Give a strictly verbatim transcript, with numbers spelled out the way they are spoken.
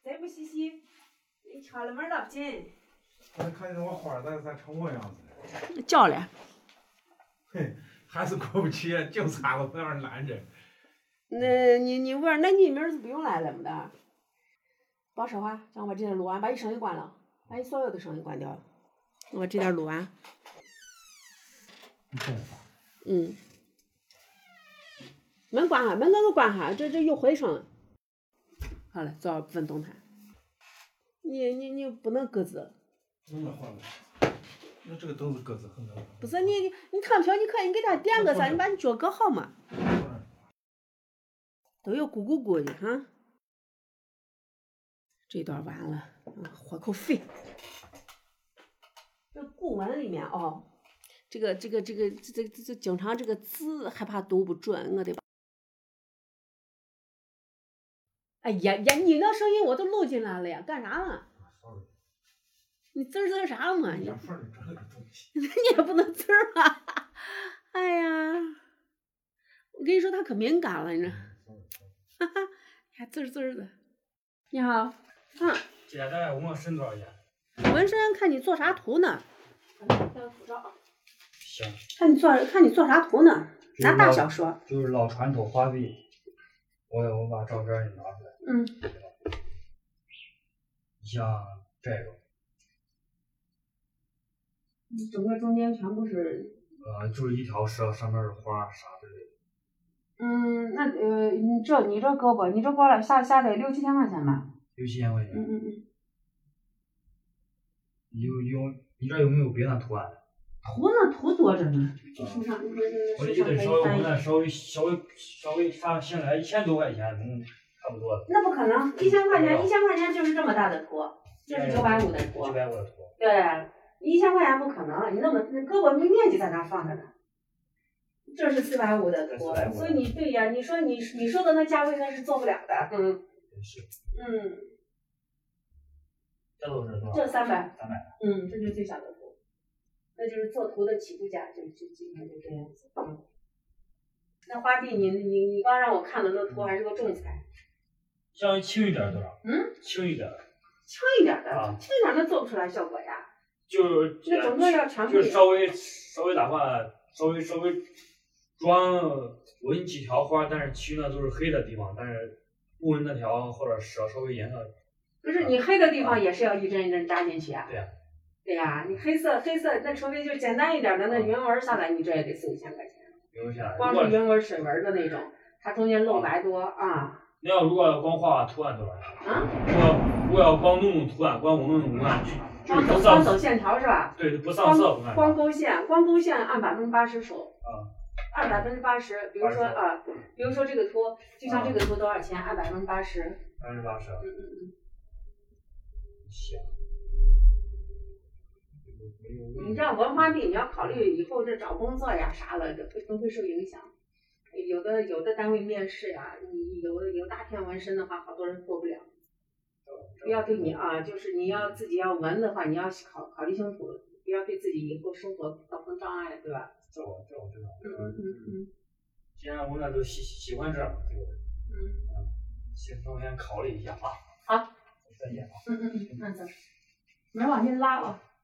再不洗洗，你敲了门了不进。 我看见我花咋咋成我样子？ 叫了。 嘿，还是过不去，就差到那儿拦着。 那你你问，那你明儿就不用来了，没得。别说话，让我这点录完，把你声音关了，把你所有的声音关掉了。我这点录完。 你真烦。 嗯。门关上，门给我关上，这这有回声了。好了，做部分动态。你你你不能鸽子。 能不能换个？那这个灯是鸽子很能。 不是你你躺平，你可以你给他点个啥，你把你脚搁好嘛。都有咕咕咕的哈。这段完了，嗯，喝口水。这古文里面哦，这个这个这个这这这经常这个字害怕读不准，我得把。哎呀呀，你那声音我都录进来了呀，干啥呢？你滋儿滋儿啥嘛？你你也不能滋儿嘛！哎呀，我跟你说，他可敏感了，你知道？哈哈，还滋儿滋儿的。你好，啊。 今天咱俩纹身多少钱？ 纹身看你做啥图呢？看护照。 行。 看你做看你做啥图呢？拿大小说。 就是老传统花臂。我我把照片给你拿出来。 嗯。 你像这个。 整个中间全部是。 呃，就是一条蛇，上面是花啥之类的。 嗯，那呃，你这你这胳膊，你这过来下下得六七千块钱吧？ 六七千块钱。 嗯嗯嗯。 有有，你这有没有别的图案？ 图呢？图多着呢。书上， 我觉得稍微我那稍微稍微稍微上下来一千多块钱，嗯，差不多。 那不可能，一千块钱，一千块钱就是这么大的图，这是九百五的图。 九百五的图。 对，一千块钱不可能，你那么胳膊没面积在那放着呢。这是四百五的图，所以你对呀，你说你你说的那价位那是做不了的。嗯。 是。 嗯。 这都是多少？ 这三百。 三百。 嗯，这就是最小的图，那就是做图的起步价，就就基本上就这样子。嗯。那花臂，你你你刚让我看的那图还是个重彩。 稍微轻一点多少？ 嗯。 轻一点。 轻一点的， 啊、 轻一点的做不出来效果呀。 就那整个要全部。 就稍微稍微哪怕稍微稍微装纹几条花，但是其余呢都是黑的地方，但是不纹那条或者蛇稍微颜色。 不是你黑的地方也是要一针一针扎进去啊。 对呀、啊。 对呀、啊，你黑色黑色，那除非就简单一点的那云纹下来，你这也得四五千块钱。 云纹下来。 光是云纹水纹的那种，它中间露白多啊。 那要如果要光画图案多少钱？ 啊？ 我我要光弄弄图案，光我弄弄图案，就光走光走线条是吧？ 对，不上色。 光光勾线，光勾线按百分之八十收。 啊。 按百分之八十，比如说啊，比如说这个图，就像这个图多少钱？按百分之八十。 百分之八十。 嗯嗯嗯。 行。 你这样文化币，你要考虑以后这找工作呀啥的，都都会受影响。有的有的单位面试呀，你有有大片纹身的话，好多人过不了。不要对你啊，就是你要自己要纹的话，你要考考虑清楚，不要对自己以后生活造成障碍，对吧？ 这我这我知道。 嗯嗯嗯嗯。 既然我那都喜喜欢这样，对不对？ 嗯。 嗯。行，那我先考虑一下啊。 好。 再见啊。 嗯嗯嗯，那走。门往前拉啊。